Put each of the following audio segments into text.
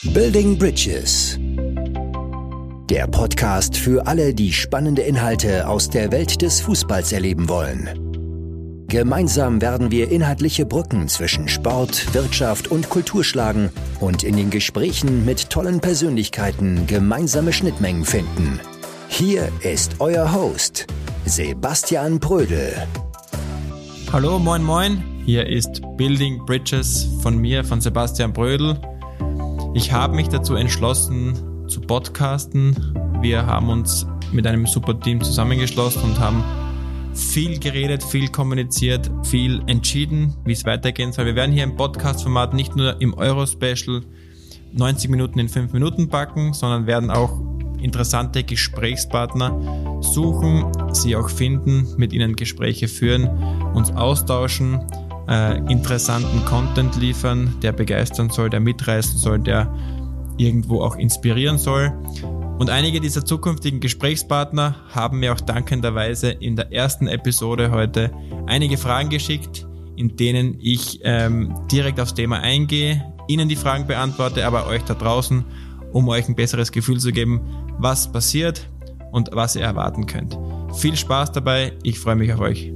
Building Bridges. Der Podcast für alle, die spannende Inhalte aus der Welt des Fußballs erleben wollen. Gemeinsam werden wir inhaltliche Brücken zwischen Sport, Wirtschaft und Kultur schlagen und in den Gesprächen mit tollen Persönlichkeiten gemeinsame Schnittmengen finden. Hier ist euer Host, Sebastian Brödel. Hallo, moin moin, hier ist Building Bridges von mir, von Sebastian Brödel. Ich habe mich dazu entschlossen zu podcasten. Wir haben uns mit einem super Team zusammengeschlossen und haben viel geredet, viel kommuniziert, viel entschieden, wie es weitergehen soll. Wir werden hier im Podcast-Format nicht nur im Euro-Special 90 Minuten in 5 Minuten packen, sondern werden auch interessante Gesprächspartner suchen, sie auch finden, mit ihnen Gespräche führen, uns austauschen, interessanten Content liefern, der begeistern soll, der mitreißen soll, der irgendwo auch inspirieren soll. Und einige dieser zukünftigen Gesprächspartner haben mir auch dankenderweise in der ersten Episode heute einige Fragen geschickt, in denen ich direkt aufs Thema eingehe, Ihnen die Fragen beantworte, aber euch da draußen, um euch ein besseres Gefühl zu geben, was passiert und was ihr erwarten könnt. Viel Spaß dabei, ich freue mich auf euch.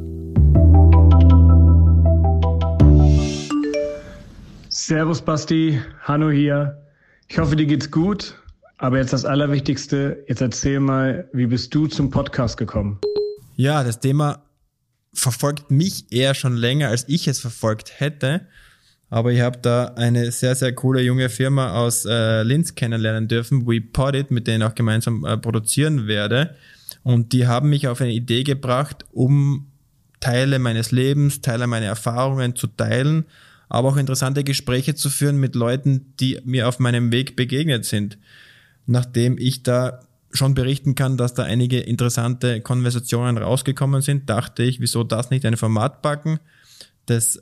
Servus Basti, Hanno hier. Ich hoffe, dir geht's gut, aber jetzt das Allerwichtigste, jetzt erzähl mal, wie bist du zum Podcast gekommen? Ja, das Thema verfolgt mich eher schon länger, als ich es verfolgt hätte, aber ich habe da eine sehr, sehr coole junge Firma aus Linz kennenlernen dürfen, WePodit, mit denen ich auch gemeinsam produzieren werde, und die haben mich auf eine Idee gebracht, um Teile meines Lebens, Teile meiner Erfahrungen zu teilen, aber auch interessante Gespräche zu führen mit Leuten, die mir auf meinem Weg begegnet sind. Nachdem ich da schon berichten kann, dass da einige interessante Konversationen rausgekommen sind, dachte ich, wieso das nicht ein Format packen, das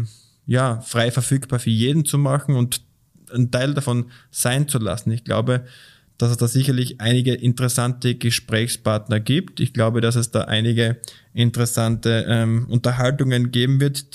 frei verfügbar für jeden zu machen und ein Teil davon sein zu lassen. Ich glaube, dass es da sicherlich einige interessante Gesprächspartner gibt. Ich glaube, dass es da einige interessante Unterhaltungen geben wird,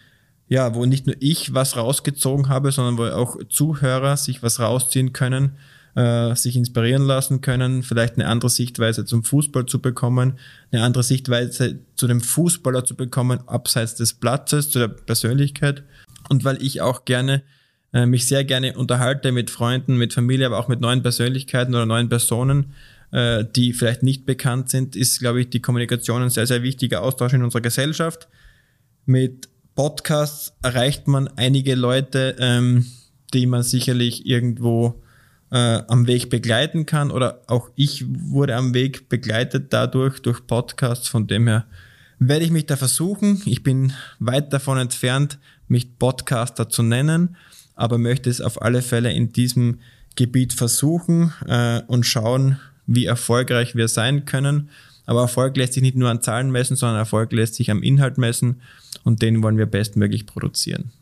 wo nicht nur ich was rausgezogen habe, sondern wo auch Zuhörer sich was rausziehen können, sich inspirieren lassen können, vielleicht eine andere Sichtweise zum Fußball zu bekommen, eine andere Sichtweise zu dem Fußballer zu bekommen, abseits des Platzes, zu der Persönlichkeit. Und weil ich auch mich sehr gerne unterhalte mit Freunden, mit Familie, aber auch mit neuen Persönlichkeiten oder neuen Personen, die vielleicht nicht bekannt sind, ist, glaube ich, die Kommunikation ein sehr, sehr wichtiger Austausch in unserer Gesellschaft. Mit Podcasts erreicht man einige Leute, die man sicherlich irgendwo am Weg begleiten kann, oder auch ich wurde am Weg begleitet durch Podcasts. Von dem her werde ich mich da versuchen. Ich bin weit davon entfernt, mich Podcaster zu nennen, aber möchte es auf alle Fälle in diesem Gebiet versuchen und schauen, wie erfolgreich wir sein können. Aber Erfolg lässt sich nicht nur an Zahlen messen, sondern Erfolg lässt sich am Inhalt messen, und den wollen wir bestmöglich produzieren.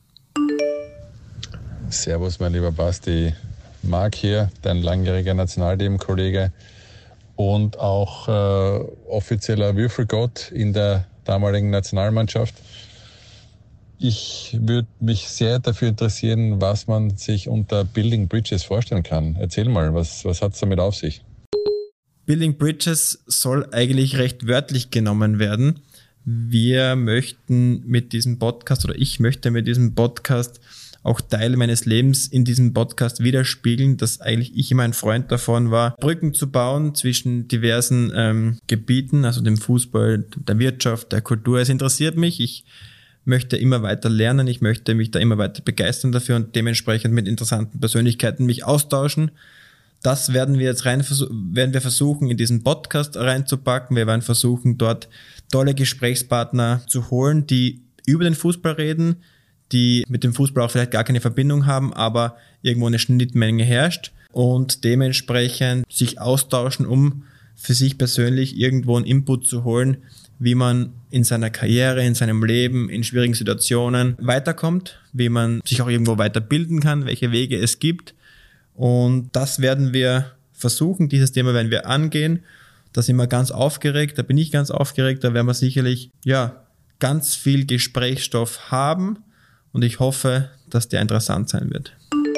Servus, mein lieber Basti. Marc hier, dein langjähriger Nationalteamkollege und auch offizieller Würfelgott in der damaligen Nationalmannschaft. Ich würde mich sehr dafür interessieren, was man sich unter Building Bridges vorstellen kann. Erzähl mal, was hat es damit auf sich? Building Bridges soll eigentlich recht wörtlich genommen werden. Wir möchten mit diesem Podcast, oder ich möchte mit diesem Podcast auch Teile meines Lebens in diesem Podcast widerspiegeln, dass eigentlich ich immer ein Freund davon war, Brücken zu bauen zwischen diversen Gebieten, also dem Fußball, der Wirtschaft, der Kultur. Es interessiert mich, ich möchte immer weiter lernen, ich möchte mich da immer weiter begeistern dafür und dementsprechend mit interessanten Persönlichkeiten mich austauschen. Das werden wir versuchen, in diesen Podcast reinzupacken. Wir werden versuchen, dort tolle Gesprächspartner zu holen, die über den Fußball reden, die mit dem Fußball auch vielleicht gar keine Verbindung haben, aber irgendwo eine Schnittmenge herrscht und dementsprechend sich austauschen, um für sich persönlich irgendwo einen Input zu holen, wie man in seiner Karriere, in seinem Leben, in schwierigen Situationen weiterkommt, wie man sich auch irgendwo weiterbilden kann, welche Wege es gibt. Und das werden wir versuchen, dieses Thema werden wir angehen. Da sind wir ganz aufgeregt, da bin ich ganz aufgeregt, da werden wir sicherlich ganz viel Gesprächsstoff haben und ich hoffe, dass der interessant sein wird.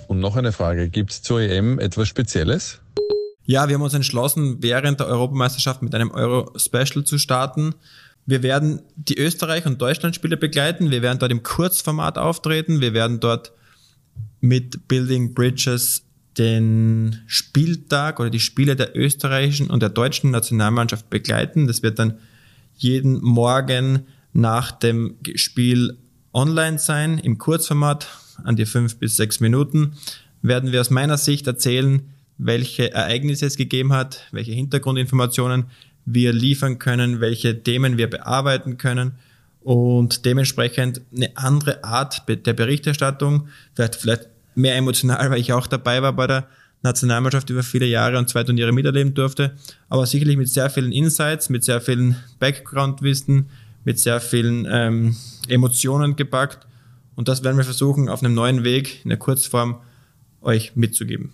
Und noch eine Frage, gibt es zur EM etwas Spezielles? Ja, wir haben uns entschlossen, während der Europameisterschaft mit einem Euro-Special zu starten. Wir werden die Österreich- und Deutschland-Spiele begleiten. Wir werden dort im Kurzformat auftreten. Wir werden dort mit Building Bridges den Spieltag oder die Spiele der österreichischen und der deutschen Nationalmannschaft begleiten. Das wird dann jeden Morgen nach dem Spiel online sein, im Kurzformat, an die 5 bis 6 Minuten. Werden wir aus meiner Sicht erzählen, welche Ereignisse es gegeben hat, welche Hintergrundinformationen wir liefern können, welche Themen wir bearbeiten können und dementsprechend eine andere Art der Berichterstattung, vielleicht mehr emotional, weil ich auch dabei war bei der Nationalmannschaft über viele Jahre und 2 Turniere miterleben durfte, aber sicherlich mit sehr vielen Insights, mit sehr vielen Background-Wissen, mit sehr vielen Emotionen gepackt und das werden wir versuchen, auf einem neuen Weg in der Kurzform euch mitzugeben.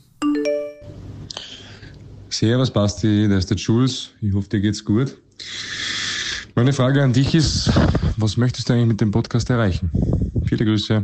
Servus Basti, da ist der Jules. Ich hoffe, dir geht's gut. Meine Frage an dich ist, was möchtest du eigentlich mit dem Podcast erreichen? Viele Grüße.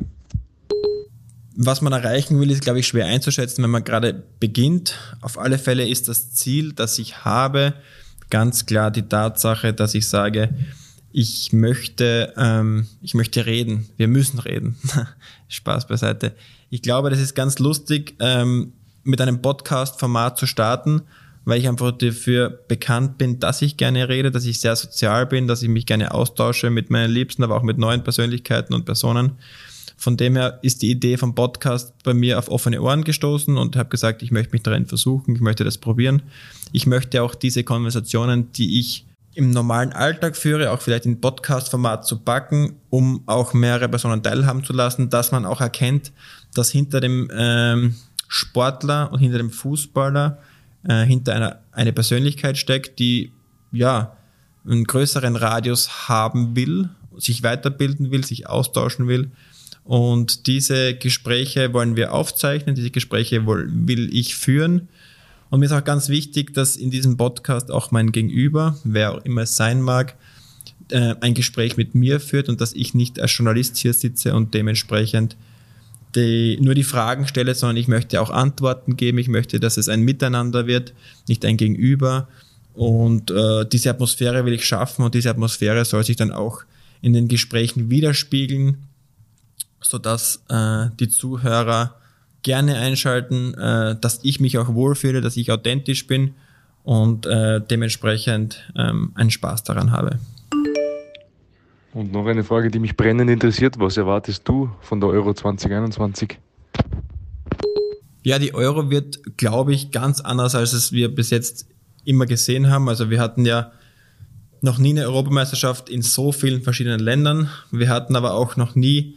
Was man erreichen will, ist, glaube ich, schwer einzuschätzen, wenn man gerade beginnt. Auf alle Fälle ist das Ziel, das ich habe, ganz klar die Tatsache, dass ich sage, ich möchte reden. Wir müssen reden. Spaß beiseite. Ich glaube, das ist ganz lustig, mit einem Podcast-Format zu starten, weil ich einfach dafür bekannt bin, dass ich gerne rede, dass ich sehr sozial bin, dass ich mich gerne austausche mit meinen Liebsten, aber auch mit neuen Persönlichkeiten und Personen. Von dem her ist die Idee vom Podcast bei mir auf offene Ohren gestoßen und habe gesagt, ich möchte mich darin versuchen, ich möchte das probieren. Ich möchte auch diese Konversationen, die ich im normalen Alltag führe, auch vielleicht in Podcast-Format zu packen, um auch mehrere Personen teilhaben zu lassen, dass man auch erkennt, dass hinter dem Sportler und hinter dem Fußballer hinter eine Persönlichkeit steckt, die ja einen größeren Radius haben will, sich weiterbilden will, sich austauschen will. Und diese Gespräche wollen wir aufzeichnen, diese Gespräche will ich führen. Und mir ist auch ganz wichtig, dass in diesem Podcast auch mein Gegenüber, wer auch immer es sein mag, ein Gespräch mit mir führt und dass ich nicht als Journalist hier sitze und dementsprechend nur die Fragen stelle, sondern ich möchte auch Antworten geben. Ich möchte, dass es ein Miteinander wird, nicht ein Gegenüber. Und diese Atmosphäre will ich schaffen und diese Atmosphäre soll sich dann auch in den Gesprächen widerspiegeln, sodass die Zuhörer gerne einschalten, dass ich mich auch wohlfühle, dass ich authentisch bin und dementsprechend einen Spaß daran habe. Und noch eine Frage, die mich brennend interessiert. Was erwartest du von der Euro 2021? Ja, die Euro wird, glaube ich, ganz anders, als es wir bis jetzt immer gesehen haben. Also wir hatten ja noch nie eine Europameisterschaft in so vielen verschiedenen Ländern. Wir hatten aber auch noch nie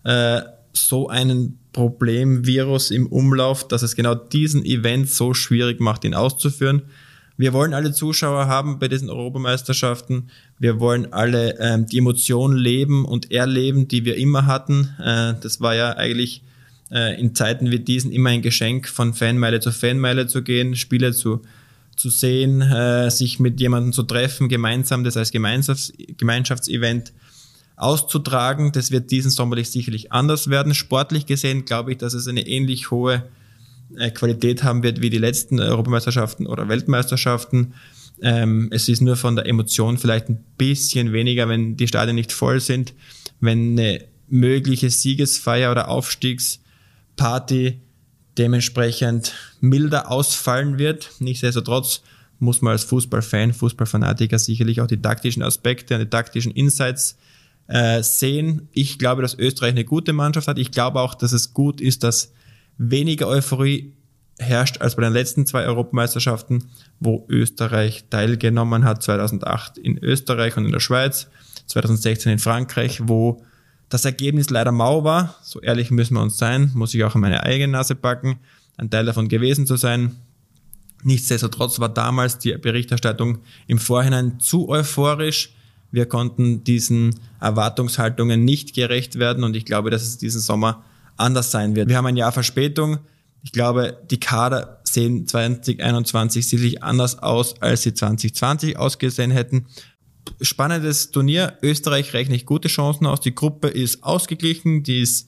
so einen Problemvirus im Umlauf, dass es genau diesen Event so schwierig macht, ihn auszuführen. Wir wollen alle Zuschauer haben bei diesen Europameisterschaften. Wir wollen alle die Emotionen leben und erleben, die wir immer hatten. Das war ja eigentlich in Zeiten wie diesen immer ein Geschenk, von Fanmeile zu Fanmeile zu gehen, Spiele zu sehen, sich mit jemandem zu treffen, gemeinsam das als Gemeinschaftsevent auszutragen. Das wird diesen Sommer sicherlich anders werden. Sportlich gesehen glaube ich, dass es eine ähnlich hohe Qualität haben wird wie die letzten Europameisterschaften oder Weltmeisterschaften. Es ist nur von der Emotion vielleicht ein bisschen weniger, wenn die Stadien nicht voll sind, wenn eine mögliche Siegesfeier oder Aufstiegsparty dementsprechend milder ausfallen wird. Nichtsdestotrotz muss man als Fußballfan, Fußballfanatiker sicherlich auch die taktischen Aspekte und die taktischen Insights sehen. Ich glaube, dass Österreich eine gute Mannschaft hat. Ich glaube auch, dass es gut ist, dass weniger Euphorie herrscht als bei den letzten 2 Europameisterschaften, wo Österreich teilgenommen hat, 2008 in Österreich und in der Schweiz, 2016 in Frankreich, wo das Ergebnis leider mau war. So ehrlich müssen wir uns sein, muss ich auch an meine eigene Nase packen, ein Teil davon gewesen zu sein. Nichtsdestotrotz war damals die Berichterstattung im Vorhinein zu euphorisch. Wir konnten diesen Erwartungshaltungen nicht gerecht werden und ich glaube, dass es diesen Sommer anders sein wird. Wir haben ein Jahr Verspätung. Ich glaube, die Kader sehen 2021 sicherlich anders aus, als sie 2020 ausgesehen hätten. Spannendes Turnier. Österreich rechne ich gute Chancen aus. Die Gruppe ist ausgeglichen, die ist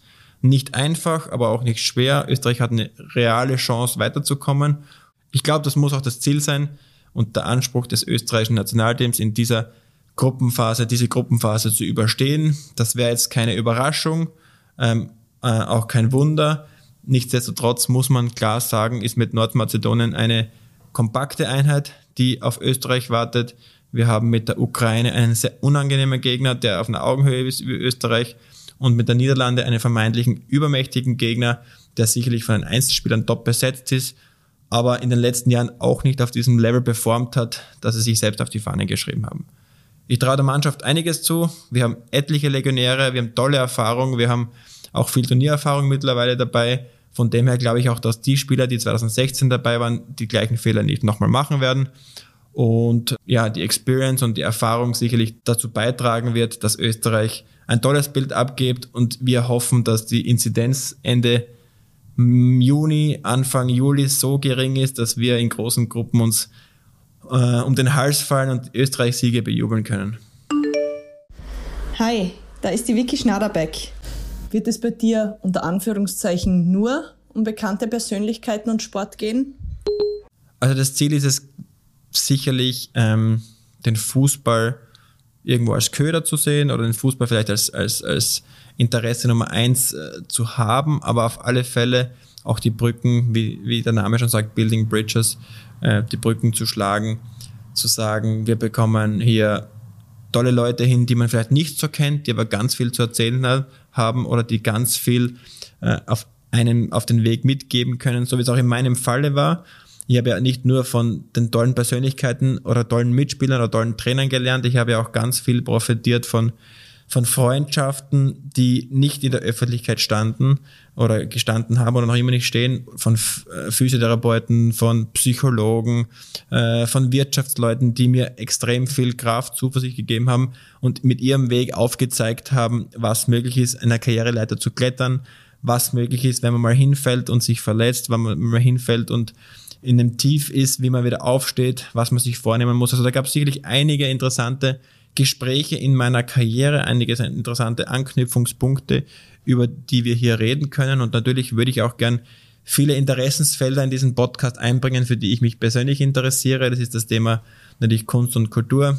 nicht einfach, aber auch nicht schwer. Österreich hat eine reale Chance weiterzukommen. Ich glaube, das muss auch das Ziel sein und der Anspruch des österreichischen Nationalteams in diese Gruppenphase zu überstehen. Das wäre jetzt keine Überraschung, auch kein Wunder. Nichtsdestotrotz muss man klar sagen, ist mit Nordmazedonien eine kompakte Einheit, die auf Österreich wartet. Wir haben mit der Ukraine einen sehr unangenehmen Gegner, der auf einer Augenhöhe ist wie Österreich, und mit der Niederlande einen vermeintlichen übermächtigen Gegner, der sicherlich von den Einzelspielern top besetzt ist, aber in den letzten Jahren auch nicht auf diesem Level performt hat, dass sie sich selbst auf die Fahne geschrieben haben. Ich traue der Mannschaft einiges zu. Wir haben etliche Legionäre, wir haben tolle Erfahrung, wir haben auch viel Turniererfahrung mittlerweile dabei. Von dem her glaube ich auch, dass die Spieler, die 2016 dabei waren, die gleichen Fehler nicht nochmal machen werden. Und ja, die Experience und die Erfahrung sicherlich dazu beitragen wird, dass Österreich ein tolles Bild abgibt, und wir hoffen, dass die Inzidenz Ende Juni, Anfang Juli so gering ist, dass wir in großen Gruppen uns um den Hals fallen und Österreich-Siege bejubeln können. Hi, da ist die Vicky Schnaderbeck. Wird es bei dir unter Anführungszeichen nur um bekannte Persönlichkeiten und Sport gehen? Also das Ziel ist es sicherlich, den Fußball irgendwo als Köder zu sehen oder den Fußball vielleicht als Interesse Nummer 1 zu haben, aber auf alle Fälle auch die Brücken, wie der Name schon sagt, Building Bridges, die Brücken zu schlagen, zu sagen, wir bekommen hier tolle Leute hin, die man vielleicht nicht so kennt, die aber ganz viel zu erzählen haben oder die ganz viel auf den Weg mitgeben können, so wie es auch in meinem Falle war. Ich habe ja nicht nur von den tollen Persönlichkeiten oder tollen Mitspielern oder tollen Trainern gelernt, ich habe ja auch ganz viel profitiert von Freundschaften, die nicht in der Öffentlichkeit standen oder gestanden haben oder noch immer nicht stehen, von Physiotherapeuten, von Psychologen, von Wirtschaftsleuten, die mir extrem viel Kraft, Zuversicht gegeben haben und mit ihrem Weg aufgezeigt haben, was möglich ist, einer Karriereleiter zu klettern, was möglich ist, wenn man mal hinfällt und sich verletzt, wenn man mal hinfällt und in einem Tief ist, wie man wieder aufsteht, was man sich vornehmen muss. Also da gab es sicherlich einige interessante Gespräche in meiner Karriere, einige interessante Anknüpfungspunkte, über die wir hier reden können. Und natürlich würde ich auch gern viele Interessensfelder in diesen Podcast einbringen, für die ich mich persönlich interessiere. Das ist das Thema natürlich Kunst und Kultur,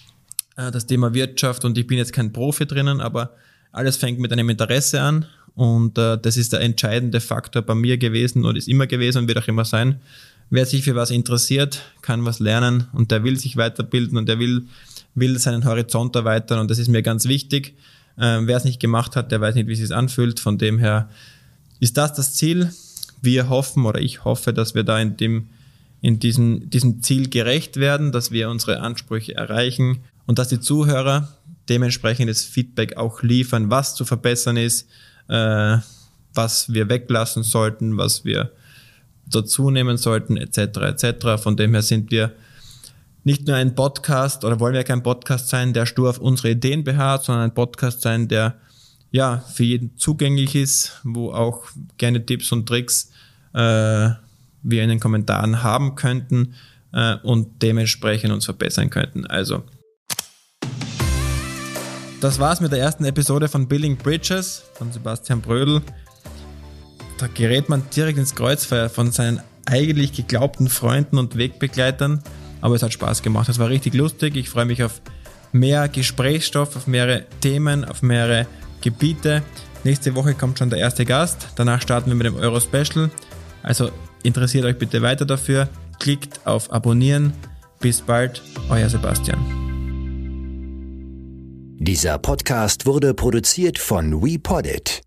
das Thema Wirtschaft, und ich bin jetzt kein Profi drinnen, aber alles fängt mit einem Interesse an, und das ist der entscheidende Faktor bei mir gewesen und ist immer gewesen und wird auch immer sein. Wer sich für was interessiert, kann was lernen, und der will sich weiterbilden und der will seinen Horizont erweitern, und das ist mir ganz wichtig. Wer es nicht gemacht hat, der weiß nicht, wie es sich anfühlt. Von dem her ist das Ziel. Wir hoffen, oder ich hoffe, dass wir da in diesem Ziel gerecht werden, dass wir unsere Ansprüche erreichen und dass die Zuhörer dementsprechendes Feedback auch liefern, was zu verbessern ist, was wir weglassen sollten, was wir dazu nehmen sollten, etc. etc. Von dem her sind wir nicht nur ein Podcast, oder wollen wir kein Podcast sein, der stur auf unsere Ideen beharrt, sondern ein Podcast sein, der ja für jeden zugänglich ist, wo auch gerne Tipps und Tricks wir in den Kommentaren haben könnten und dementsprechend uns verbessern könnten. Also, das war's mit der ersten Episode von Building Bridges von Sebastian Brödel. Da gerät man direkt ins Kreuzfeuer von seinen eigentlich geglaubten Freunden und Wegbegleitern, aber es hat Spaß gemacht. Es war richtig lustig. Ich freue mich auf mehr Gesprächsstoff, auf mehrere Themen, auf mehrere Gebiete. Nächste Woche kommt schon der erste Gast. Danach starten wir mit dem Euro-Special. Also interessiert euch bitte weiter dafür. Klickt auf Abonnieren. Bis bald, euer Sebastian. Dieser Podcast wurde produziert von WePoddit.